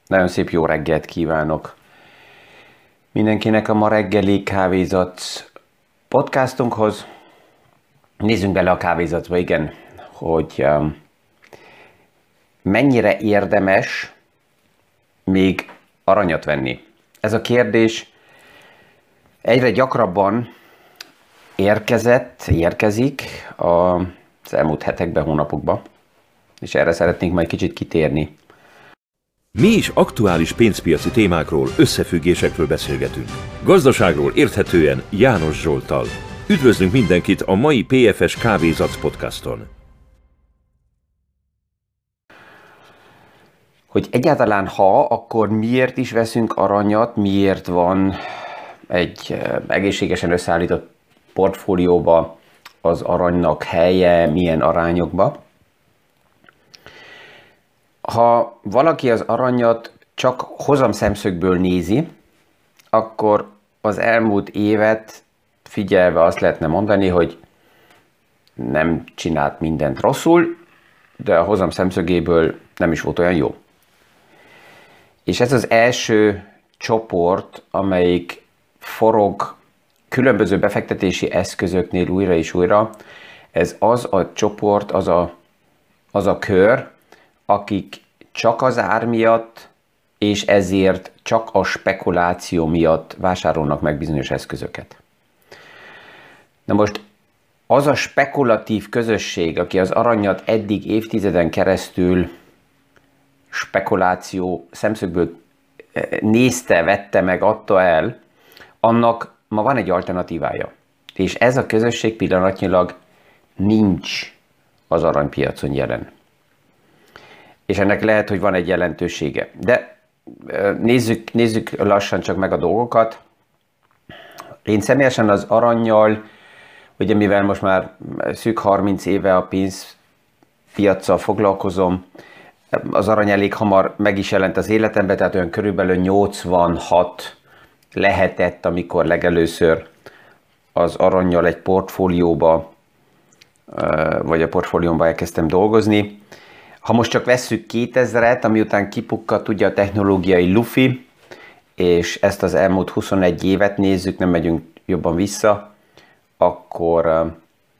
Nagyon szép jó reggelt kívánok mindenkinek a ma reggeli Kávézac podcastunkhoz. Nézzünk bele a kávézacba, igen, hogy mennyire érdemes még aranyat venni. Ez a kérdés egyre gyakrabban érkezik az elmúlt hetekben, hónapokban, és erre szeretnénk majd kicsit kitérni. Mi is aktuális pénzpiaci témákról, összefüggésekről beszélgetünk. Gazdaságról érthetően János Zsolttal. Üdvözlünk mindenkit a mai PFS Kávézac podcaston. Hogy egyáltalán akkor miért is veszünk aranyat, miért van egy egészségesen összeállított portfólióba az aranynak helye, milyen arányokba. Ha valaki az aranyat csak hozamszemszögből nézi, akkor az elmúlt évet figyelve azt lehetne mondani, hogy nem csinált mindent rosszul, de a hozam szemszögéből nem is volt olyan jó. És ez az első csoport, amelyik forog különböző befektetési eszközöknél újra és újra, ez az a csoport, az a kör, akik csak az ár miatt, és ezért csak a spekuláció miatt vásárolnak meg bizonyos eszközöket. Na most az a spekulatív közösség, aki az aranyat eddig évtizeden keresztül spekuláció szemszögből nézte, vette meg, adta el, annak ma van egy alternatívája. És ez a közösség pillanatnyilag nincs az aranypiacon jelen. És ennek lehet, hogy van egy jelentősége. De nézzük lassan csak meg a dolgokat. Én személyesen az arannyal, ugye mivel most már szűk 30 éve a pénzpiaccal foglalkozom, az arany elég hamar meg is jelent az életembe, tehát olyan körülbelül 86 lehetett, amikor legelőször az arannyal egy portfólióba, vagy a portfóliómba elkezdtem dolgozni. Ha most csak vesszük 2000-et, ami után kipukkadt ugye a technológiai lufi, és ezt az elmúlt 21 évet nézzük, nem megyünk jobban vissza, akkor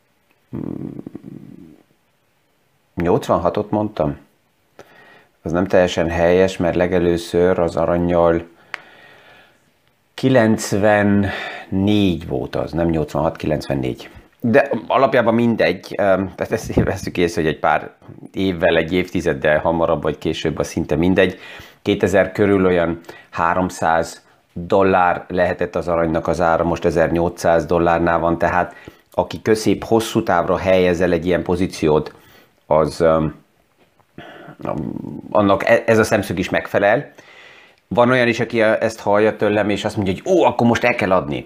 86-ot mondtam? Az nem teljesen helyes, mert legelőször az arannyal 94 volt az, nem 86, 94. De alapjában mindegy, tehát ezt veszük észre, hogy egy pár évvel, egy évtizeddel hamarabb vagy később, az szinte mindegy. 2000 körül olyan $300 lehetett az aranynak az ára, most $1800 van, tehát aki közép hosszú távra helyez el egy ilyen pozíciót, az annak ez a szemszög is megfelel. Van olyan is, aki ezt hallja tőlem, és azt mondja, hogy akkor most el kell adni.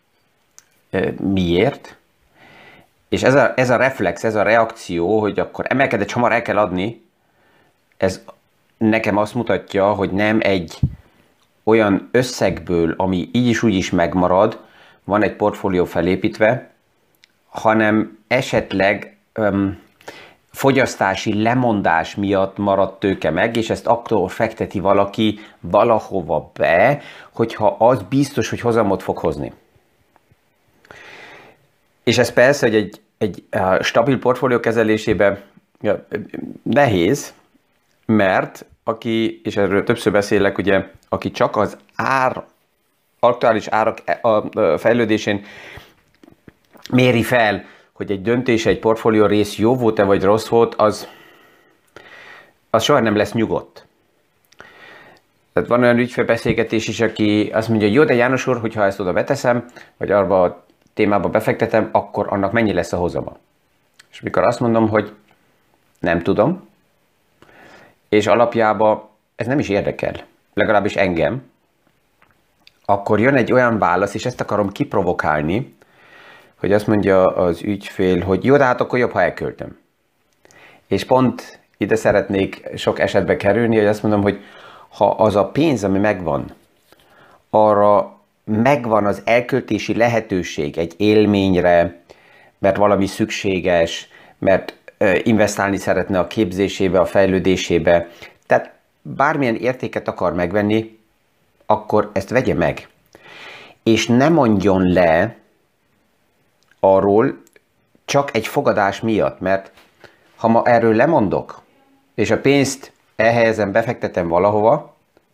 Miért? És ez a reflex, ez a reakció, hogy akkor emelkedett, hamar el kell adni, ez nekem azt mutatja, hogy nem egy olyan összegből, ami így is úgy is megmarad, van egy portfólió felépítve, hanem esetleg fogyasztási lemondás miatt maradt tőke meg, és ezt akkor fekteti valaki valahova be, hogyha az biztos, hogy hozamot fog hozni. És ez persze, hogy egy stabil portfólió kezelésében nehéz, mert aki, és erről többször beszélek, ugye, aki csak az aktuális árak fejlődésén méri fel, hogy egy döntés, egy portfólió rész jó volt-e vagy rossz volt, az soha nem lesz nyugodt. Tehát van olyan ügyfélbeszélgetés is, aki azt mondja, hogy jó, de János úr, hogyha ezt oda beteszem, vagy arba a témába befektetem, akkor annak mennyi lesz a hozama? És mikor azt mondom, hogy nem tudom, és alapjában ez nem is érdekel, legalábbis engem, akkor jön egy olyan válasz, és ezt akarom kiprovokálni, hogy azt mondja az ügyfél, hogy jó, de hát akkor jobb, ha elköltöm. És pont ide szeretnék sok esetben kerülni, hogy azt mondom, hogy ha az a pénz, ami megvan, arra megvan az elköltési lehetőség egy élményre, mert valami szükséges, mert investálni szeretne a képzésébe, a fejlődésébe. Tehát bármilyen értéket akar megvenni, akkor ezt vegye meg. És ne mondjon le arról csak egy fogadás miatt, mert ha ma erről lemondok, és a pénzt elhelyezem, befektetem valahova,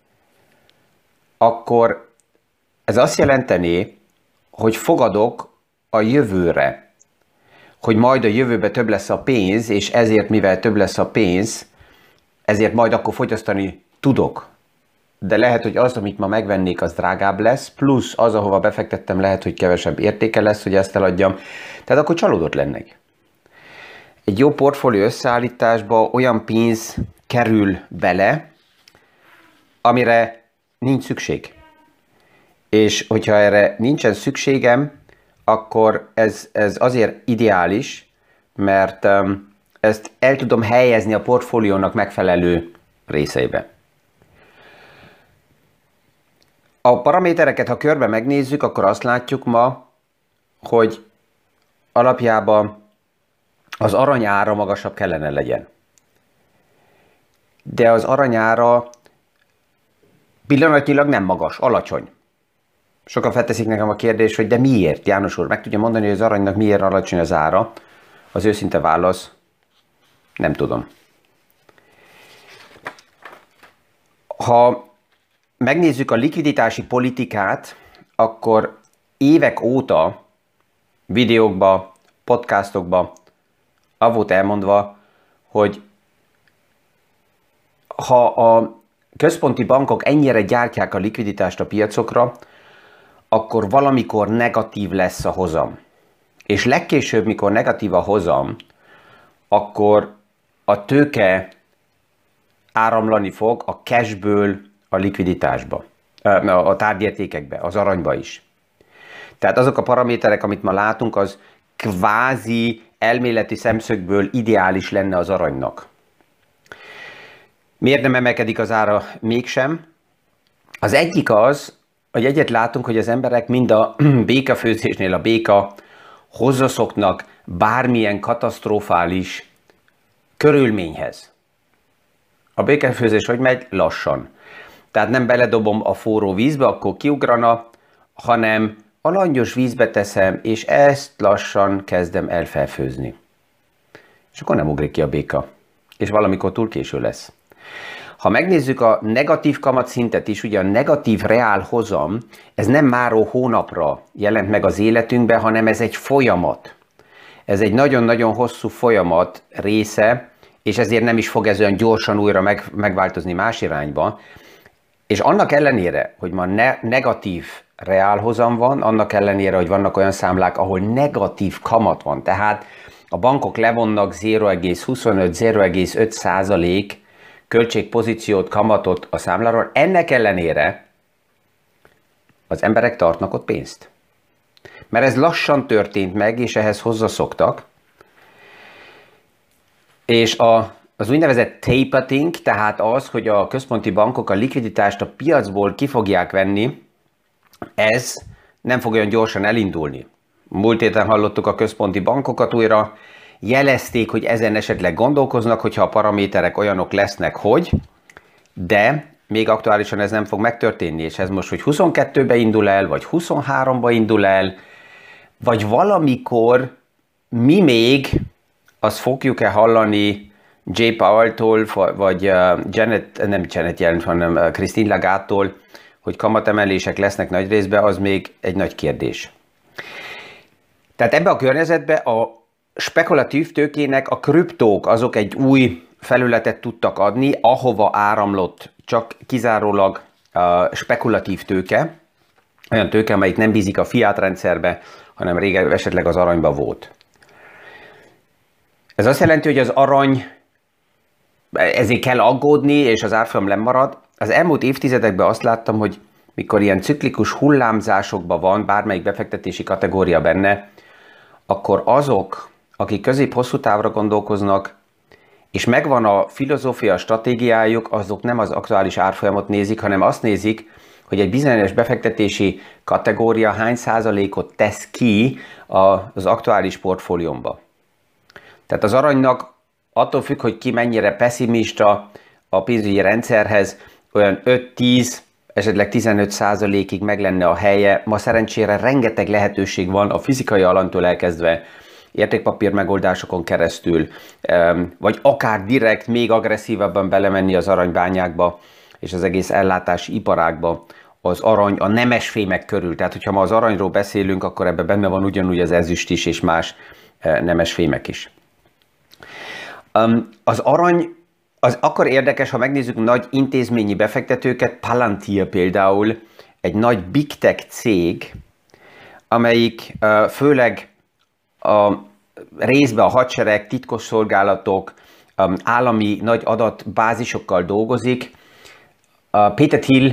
akkor ez azt jelenteni, hogy fogadok a jövőre, hogy majd a jövőben több lesz a pénz, és ezért, mivel több lesz a pénz, ezért majd akkor fogyasztani tudok. De lehet, hogy az, amit ma megvennék, az drágább lesz, plusz az, ahova befektettem, lehet, hogy kevesebb értéke lesz, hogy ezt eladjam. Tehát akkor csalódott lennék. Egy jó portfólió összeállításba olyan pénz kerül bele, amire nincs szükség. És hogyha erre nincsen szükségem, akkor ez azért ideális, mert ezt el tudom helyezni a portfóliónak megfelelő részeibe. A paramétereket, ha körbe megnézzük, akkor azt látjuk ma, hogy alapjában az arany ára magasabb kellene legyen. De az arany ára pillanatnyilag nem magas, alacsony. Sokan felteszik nekem a kérdést, hogy de miért, János úr? Meg tudja mondani, hogy az aranynak miért alacsony az ára? Az őszinte válasz, nem tudom. Ha megnézzük a likviditási politikát, akkor évek óta videókba, podcastokba az volt elmondva, hogy ha a központi bankok ennyire gyártják a likviditást a piacokra, akkor valamikor negatív lesz a hozam. És legkésőbb, mikor negatív a hozam, akkor a tőke áramlani fog a cashből a likviditásba, a tárgyértékekbe, az aranyba is. Tehát azok a paraméterek, amit ma látunk, az kvázi elméleti szemszögből ideális lenne az aranynak. Miért nem emelkedik az ára mégsem? Az egyik az, hogy egyet látunk, hogy az emberek mind a békafőzésnél a béka hozzászoknak bármilyen katasztrofális körülményhez. A békafőzés hogy megy? Lassan. Tehát nem beledobom a forró vízbe, akkor kiugrana, hanem a langyos vízbe teszem, és ezt lassan kezdem el felfőzni. És akkor nem ugrik ki a béka. És valamikor túl késő lesz. Ha megnézzük a negatív kamatszintet is, ugye a negatív reál hozam, ez nem máró hónapra jelent meg az életünkben, hanem ez egy folyamat. Ez egy nagyon-nagyon hosszú folyamat része, és ezért nem is fog ez olyan gyorsan újra megváltozni más irányba. És annak ellenére, hogy ma negatív reálhozam van, annak ellenére, hogy vannak olyan számlák, ahol negatív kamat van, tehát a bankok levonnak 0,25-0,5% költségpozíciót, kamatot a számláról, ennek ellenére az emberek tartnak ott pénzt. Mert ez lassan történt meg, és ehhez hozzászoktak. És az úgynevezett tapering, tehát az, hogy a központi bankok a likviditást a piacból ki fogják venni, ez nem fog olyan gyorsan elindulni. Múlt héten hallottuk a központi bankokat újra, jelezték, hogy ezen esetleg gondolkoznak, hogyha a paraméterek olyanok lesznek, hogy, de még aktuálisan ez nem fog megtörténni, és ez most, hogy 22-be indul el, vagy 23-ba indul el, vagy valamikor mi még azt fogjuk-e hallani Jay Powell-tól, vagy nem Janet Yellen, hanem Christine Lagarde-tól, hogy kamatemelések lesznek nagy részben, az még egy nagy kérdés. Tehát ebbe a környezetbe a spekulatív tőkének a kriptók azok egy új felületet tudtak adni, ahova áramlott csak kizárólag spekulatív tőke, olyan tőke, amelyik nem bízik a fiat rendszerbe, hanem régen esetleg az aranyba volt. Ez azt jelenti, hogy az arany, ezért kell aggódni, és az árfolyam lemarad. Az elmúlt évtizedekben azt láttam, hogy mikor ilyen ciklikus hullámzásokban van bármelyik befektetési kategória benne, akkor azok, akik közép-hosszú távra gondolkoznak, és megvan a filozófia, a stratégiájuk, azok nem az aktuális árfolyamot nézik, hanem azt nézik, hogy egy bizonyos befektetési kategória hány százalékot tesz ki az aktuális portfóliómba. Tehát az aranynak attól függ, hogy ki mennyire pessimista a pénzügyi rendszerhez olyan 5-10, esetleg 15%-ig meg lenne a helye. Ma szerencsére rengeteg lehetőség van a fizikai alantól elkezdve, értékpapír megoldásokon keresztül, vagy akár direkt még agresszívabban belemenni az aranybányákba és az egész ellátási iparágba, az arany, a nemesfémek körül. Tehát, hogyha ma az aranyról beszélünk, akkor ebben benne van ugyanúgy az ezüst is, és más nemesfémek is. Az arany az akkor érdekes, ha megnézzük nagy intézményi befektetőket, Palantir például, egy nagy big tech cég, amelyik főleg a részben a hadsereg, titkosszolgálatok, állami nagy adatbázisokkal dolgozik. Peter Thiel,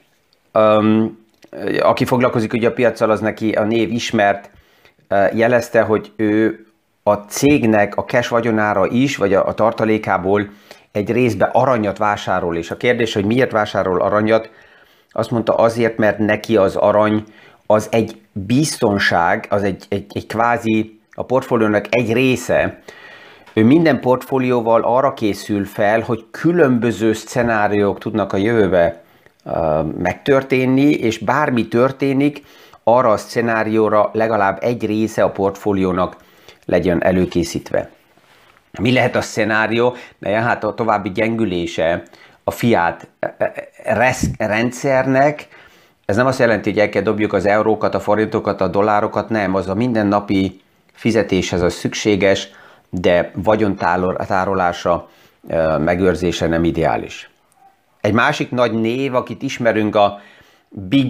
aki foglalkozik ugye a piaccal, az neki a név ismert, jelezte, hogy ő a cégnek a cash vagyonára is, vagy a tartalékából egy részben aranyat vásárol, és a kérdés, hogy miért vásárol aranyat, azt mondta azért, mert neki az arany az egy biztonság, az egy kvázi a portfóliónak egy része. Ő minden portfólióval arra készül fel, hogy különböző szcenáriók tudnak a jövőbe megtörténni, és bármi történik, arra a szcenárióra legalább egy része a portfóliónak legyen előkészítve. Mi lehet a szcenárió? Hát a további gyengülése a fiat rendszernek. Ez nem azt jelenti, hogy el kell dobjuk az eurókat, a forintokat, a dollárokat, nem, az a mindennapi fizetéshez az szükséges, de vagyontárolása, megőrzése nem ideális. Egy másik nagy név, akit ismerünk, a Big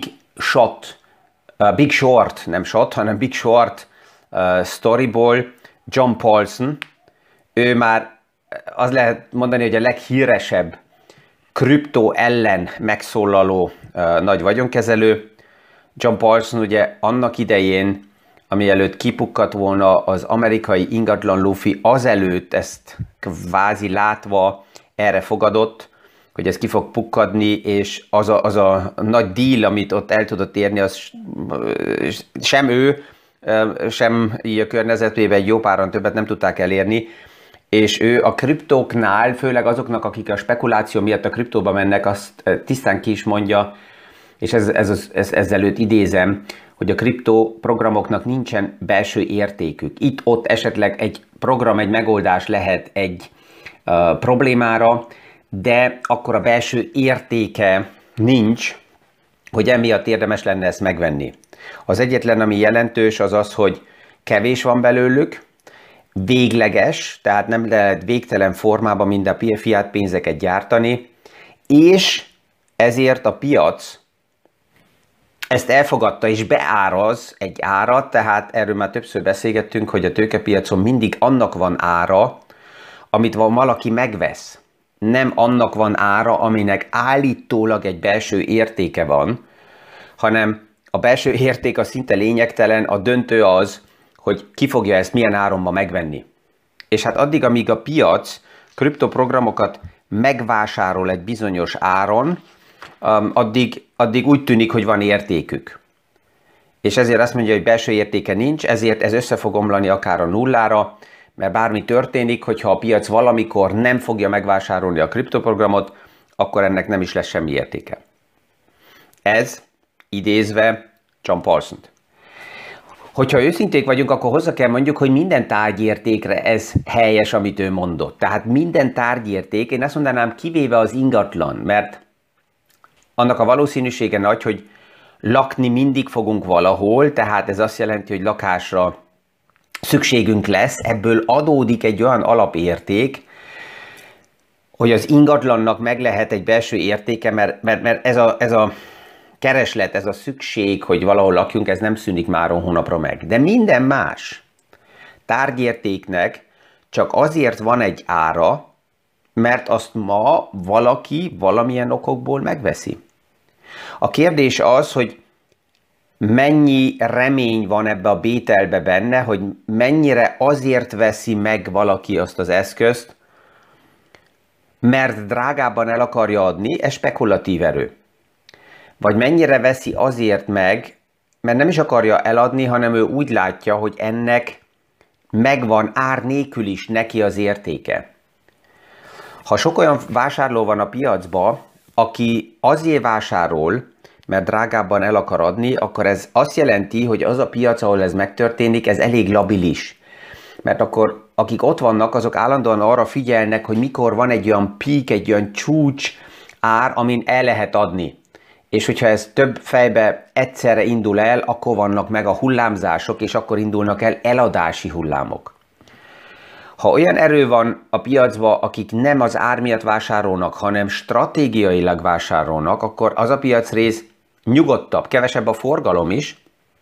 Short storyból, John Paulson. Ő már az lehet mondani, hogy a leghíresebb kriptó ellen megszólaló nagy vagyonkezelő. John Paulson ugye annak idején, ami előtt kipukkadt volna az amerikai ingatlan lufi, azelőtt ezt kvázi látva erre fogadott, hogy ez ki fog pukkadni, és az a nagy deal, amit ott el tudott érni, az sem ő, sem így a környezetében jó páran többet nem tudták elérni, és ő a kriptóknál, főleg azoknak, akik a spekuláció miatt a kriptóba mennek, azt tisztán ki is mondja, és ezzel őt idézem, hogy a kriptóprogramoknak nincsen belső értékük. Itt-ott esetleg egy program, egy megoldás lehet egy problémára, de akkor a belső értéke nincs, hogy emiatt érdemes lenne ezt megvenni. Az egyetlen, ami jelentős, az az, hogy kevés van belőlük, végleges, tehát nem lehet végtelen formában minden fiat pénzeket gyártani, és ezért a piac ezt elfogadta és beáraz egy árat, tehát erről már többször beszélgettünk, hogy a tőkepiacon mindig annak van ára, amit valaki megvesz. Nem annak van ára, aminek állítólag egy belső értéke van, hanem a belső érték az szinte lényegtelen, a döntő az, hogy ki fogja ezt milyen áron ma megvenni. És hát addig, amíg a piac kriptoprogramokat megvásárol egy bizonyos áron, addig úgy tűnik, hogy van értékük. És ezért azt mondja, hogy belső értéke nincs, ezért ez össze fog omlani akár a nullára, mert bármi történik, hogyha a piac valamikor nem fogja megvásárolni a kriptoprogramot, akkor ennek nem is lesz semmi értéke. Ez idézve John Paulsont. Hogyha őszinték vagyunk, akkor hozzá kell mondjuk, hogy minden tárgyértékre ez helyes, amit ő mondott. Tehát minden tárgyérték, én azt mondanám, kivéve az ingatlan, mert annak a valószínűsége nagy, hogy lakni mindig fogunk valahol, tehát ez azt jelenti, hogy lakásra szükségünk lesz, ebből adódik egy olyan alapérték, hogy az ingatlannak meg lehet egy belső értéke, mert ez a kereslet, ez a szükség, hogy valahol lakjunk, ez nem szűnik máron hónapra meg. De minden más tárgyértéknek csak azért van egy ára, mert azt ma valaki valamilyen okokból megveszi. A kérdés az, hogy mennyi remény van ebbe a bételbe benne, hogy mennyire azért veszi meg valaki azt az eszközt, mert drágábban el akarja adni, ez spekulatív erő. Vagy mennyire veszi azért meg, mert nem is akarja eladni, hanem ő úgy látja, hogy ennek megvan ár nélkül is neki az értéke. Ha sok olyan vásárló van a piacba, aki azért vásárol, mert drágábban el akar adni, akkor ez azt jelenti, hogy az a piac, ahol ez megtörténik, ez elég labilis. Mert akkor akik ott vannak, azok állandóan arra figyelnek, hogy mikor van egy olyan peak, egy olyan csúcs ár, amin el lehet adni. És hogyha ez több fejbe egyszerre indul el, akkor vannak meg a hullámzások, és akkor indulnak el eladási hullámok. Ha olyan erő van a piacban, akik nem az ár miatt vásárolnak, hanem stratégiailag vásárolnak, akkor az a piacrész nyugodtabb, kevesebb a forgalom is,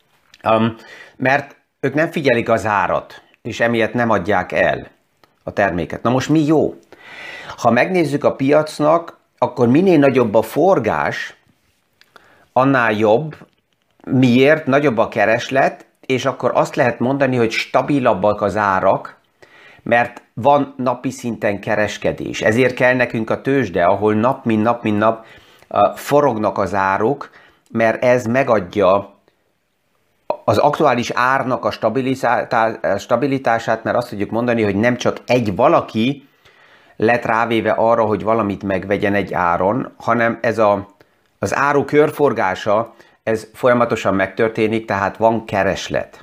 mert ők nem figyelik az árat, és emiatt nem adják el a terméket. Na most mi jó? Ha megnézzük a piacnak, akkor minél nagyobb a forgás, annál jobb. Miért? Nagyobb a kereslet, és akkor azt lehet mondani, hogy stabilabbak az árak, mert van napi szinten kereskedés. Ezért kell nekünk a tőzsde, ahol nap mint nap forognak az áruk, mert ez megadja az aktuális árnak a stabilitását, mert azt tudjuk mondani, hogy nem csak egy valaki lett rávéve arra, hogy valamit megvegyen egy áron, hanem ez az áru körforgása, ez folyamatosan megtörténik, tehát van kereslet.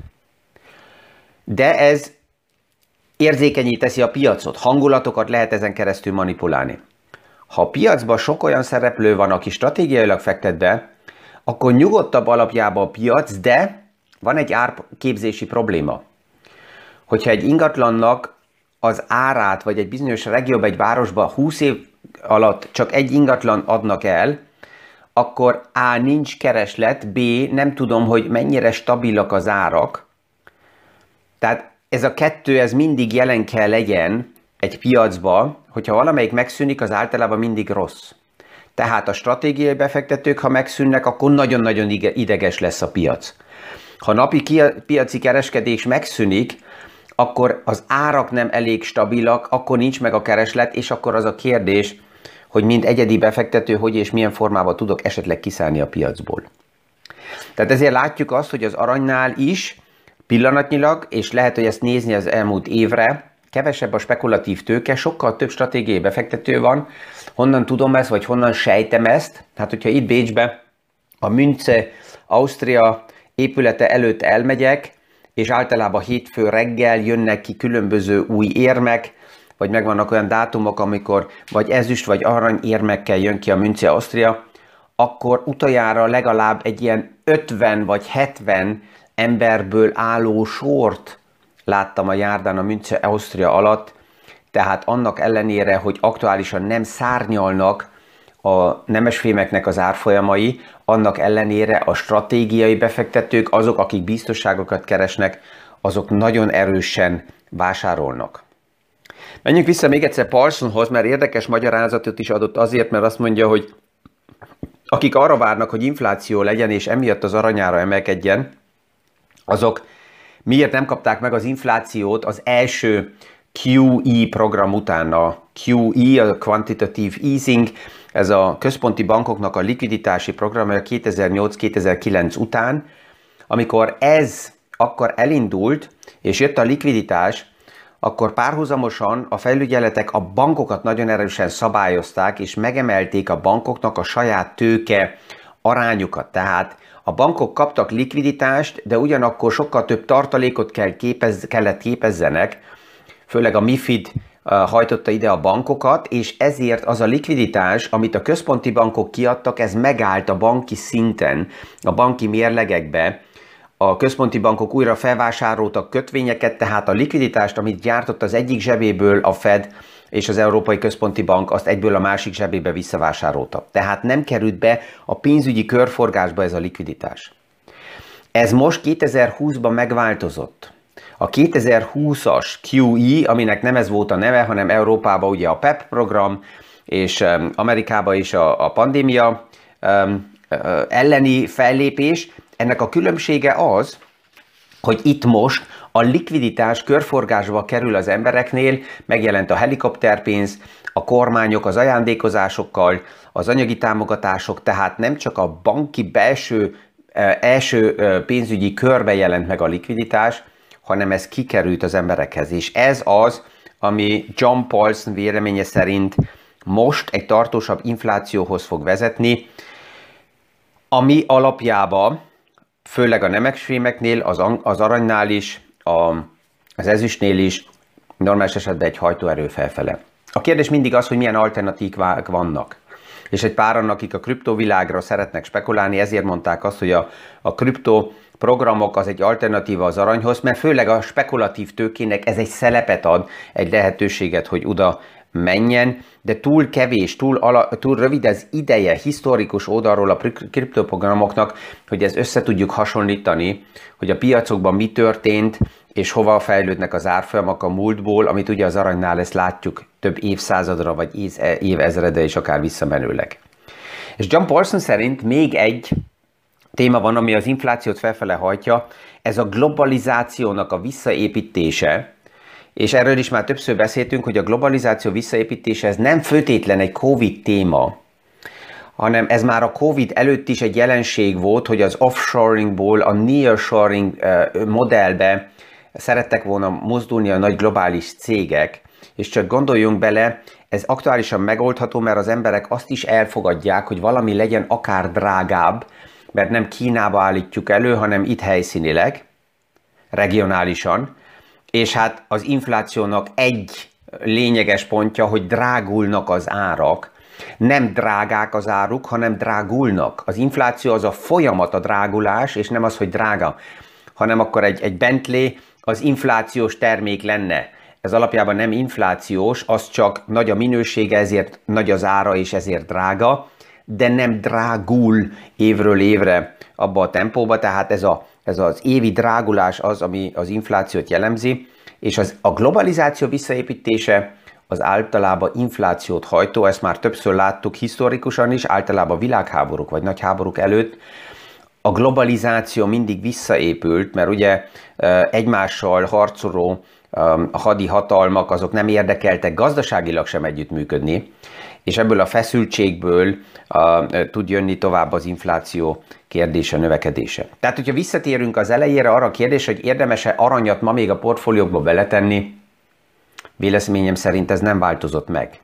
De ez érzékenyé teszi a piacot, hangulatokat lehet ezen keresztül manipulálni. Ha a piacban sok olyan szereplő van, aki stratégiailag fektet be, akkor nyugodtabb alapjában a piac, de van egy árképzési probléma. Hogyha egy ingatlannak az árát, vagy egy bizonyos regióban, egy városban 20 év alatt csak egy ingatlan adnak el, akkor A. nincs kereslet, B. nem tudom, hogy mennyire stabilak az árak. Tehát ez a kettő, ez mindig jelen kell legyen egy piacba, hogyha valamelyik megszűnik, az általában mindig rossz. Tehát a stratégiai befektetők, ha megszűnnek, akkor nagyon-nagyon ideges lesz a piac. Ha napi piaci kereskedés megszűnik, akkor az árak nem elég stabilak, akkor nincs meg a kereslet, és akkor az a kérdés, hogy mint egyedi befektető, hogy és milyen formában tudok esetleg kiszállni a piacból. Tehát ezért látjuk azt, hogy az aranynál is pillanatnyilag, és lehet, hogy ezt nézni az elmúlt évre, kevesebb a spekulatív tőke, sokkal több stratégiai befektető van. Honnan tudom ezt, vagy honnan sejtem ezt? Hát, hogyha itt Bécsbe a Münze, Ausztria épülete előtt elmegyek, és általában hétfő reggel jönnek ki különböző új érmek, vagy megvannak olyan dátumok, amikor vagy ezüst, vagy arany érmekkel jön ki a Münze, Ausztria, akkor utoljára legalább egy ilyen 50 vagy 70 emberből álló sort láttam a járdán a Münze, Ausztria alatt, tehát annak ellenére, hogy aktuálisan nem szárnyalnak a nemesfémeknek az árfolyamai, annak ellenére a stratégiai befektetők, azok, akik biztosságokat keresnek, azok nagyon erősen vásárolnak. Menjünk vissza még egyszer Paulsonhoz, mert érdekes magyarázatot is adott azért, mert azt mondja, hogy akik arra várnak, hogy infláció legyen, és emiatt az aranyára emelkedjen, azok miért nem kapták meg az inflációt az első QE program után. A QE, a Quantitative Easing, ez a központi bankoknak a likviditási programja 2008-2009 után, amikor ez akkor elindult, és jött a likviditás, akkor párhuzamosan a felügyeletek a bankokat nagyon erősen szabályozták, és megemelték a bankoknak a saját tőke arányukat. Tehát a bankok kaptak likviditást, de ugyanakkor sokkal több tartalékot kellett képezzenek, főleg a MiFID hajtotta ide a bankokat, és ezért az a likviditás, amit a központi bankok kiadtak, ez megállt a banki szinten, a banki mérlegekbe. A központi bankok újra felvásároltak kötvényeket, tehát a likviditást, amit gyártott az egyik zsebéből a Fed és az Európai Központi Bank, azt egyből a másik zsebébe visszavásárolta. Tehát nem került be a pénzügyi körforgásba ez a likviditás. Ez most 2020-ban megváltozott. A 2020-as QE, aminek nem ez volt a neve, hanem Európában ugye a PEP program, és Amerikában is a pandémia elleni fellépés, ennek a különbsége az, hogy itt most a likviditás körforgásba kerül az embereknél, megjelent a helikopterpénz, a kormányok az ajándékozásokkal, az anyagi támogatások, tehát nem csak a banki első pénzügyi körbe jelent meg a likviditás, hanem ez kikerült az emberekhez. És ez az, ami John Paulson véleménye szerint most egy tartósabb inflációhoz fog vezetni, ami alapjában, főleg a nemesfémeknél, az aranynál is, az ezüstnél is, normális esetben egy hajtóerő felfele. A kérdés mindig az, hogy milyen alternatívák vannak. És egy páran, akik a kriptovilágra szeretnek spekulálni, ezért mondták azt, hogy a kriptoprogramok az egy alternatíva az aranyhoz, mert főleg a spekulatív tőkének ez egy szelepet ad, egy lehetőséget, hogy oda menjen, de túl kevés, túl rövid az ideje historikus oldalról a kriptoprogramoknak, hogy ezt össze tudjuk hasonlítani, hogy a piacokban mi történt, és hova fejlődnek az árfolyamok a múltból, amit ugye az aranynál ezt látjuk több évszázadra, vagy évezredre is akár visszamenőleg. És John Paulson szerint még egy téma van, ami az inflációt felfele hajtja, ez a globalizációnak a visszaépítése, és erről is már többször beszéltünk, hogy a globalizáció visszaépítése ez nem föltétlen egy Covid téma, hanem ez már a Covid előtt is egy jelenség volt, hogy az offshoringból a nearshoring modellbe szerettek volna mozdulni a nagy globális cégek, és csak gondoljunk bele, ez aktuálisan megoldható, mert az emberek azt is elfogadják, hogy valami legyen akár drágább, mert nem Kínába állítjuk elő, hanem itt helyszínileg, regionálisan, és hát az inflációnak egy lényeges pontja, hogy drágulnak az árak. Nem drágák az áruk, hanem drágulnak. Az infláció az a folyamat, a drágulás, és nem az, hogy drága, hanem akkor egy Bentley az inflációs termék lenne. Ez alapjában nem inflációs, az csak nagy a minősége, ezért nagy az ára, és ezért drága, de nem drágul évről évre abba a tempóba, tehát ez az évi drágulás az, ami az inflációt jellemzi, és a globalizáció visszaépítése az általában inflációt hajtó, ezt már többször láttuk historikusan is, általában világháborúk vagy nagy háborúk előtt. A globalizáció mindig visszaépült, mert ugye egymással harcoló hadi hatalmak azok nem érdekeltek gazdaságilag sem együttműködni, és ebből a feszültségből tud jönni tovább az infláció kérdése, növekedése. Tehát, hogyha visszatérünk az elejére arra a kérdésre, hogy érdemes-e aranyat ma még a portfóliókba beletenni, véleményem szerint ez nem változott meg.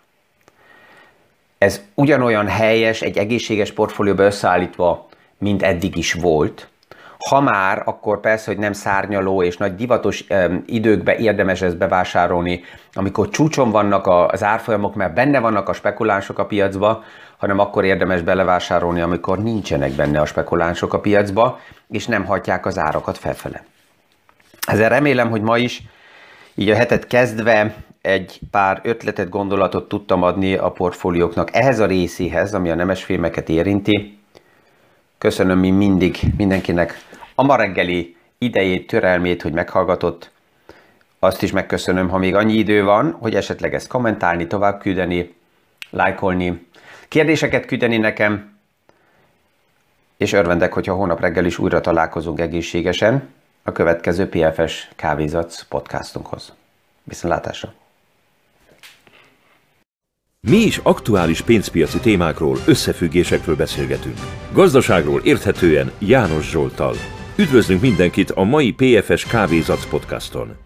Ez ugyanolyan helyes, egy egészséges portfólióba összeállítva, mint eddig is volt. Ha már, akkor persze, hogy nem szárnyaló és nagy divatos időkben érdemes ezt bevásárolni, amikor csúcson vannak az árfolyamok, mert benne vannak a spekulánsok a piacba, hanem akkor érdemes belevásárolni, amikor nincsenek benne a spekulánsok a piacba, és nem hagyják az árakat felfele. Ezzel remélem, hogy ma is, így a hetet kezdve, egy pár ötletet, gondolatot tudtam adni a portfólióknak ehhez a részéhez, ami a nemesfémeket érinti. Köszönöm mindig mindenkinek a ma reggeli idejét, türelmét, hogy meghallgatott. Azt is megköszönöm, ha még annyi idő van, hogy esetleg ezt kommentálni, tovább küldeni, lájkolni, kérdéseket küldeni nekem, és örvendek, hogyha holnap reggel is újra találkozunk egészségesen a következő PFS Kávézac podcastunkhoz. Viszontlátásra! Mi is aktuális pénzpiaci témákról, összefüggésekről beszélgetünk. Gazdaságról érthetően János Zsolttal. Üdvözlünk mindenkit a mai PFS Kávézac podcaston!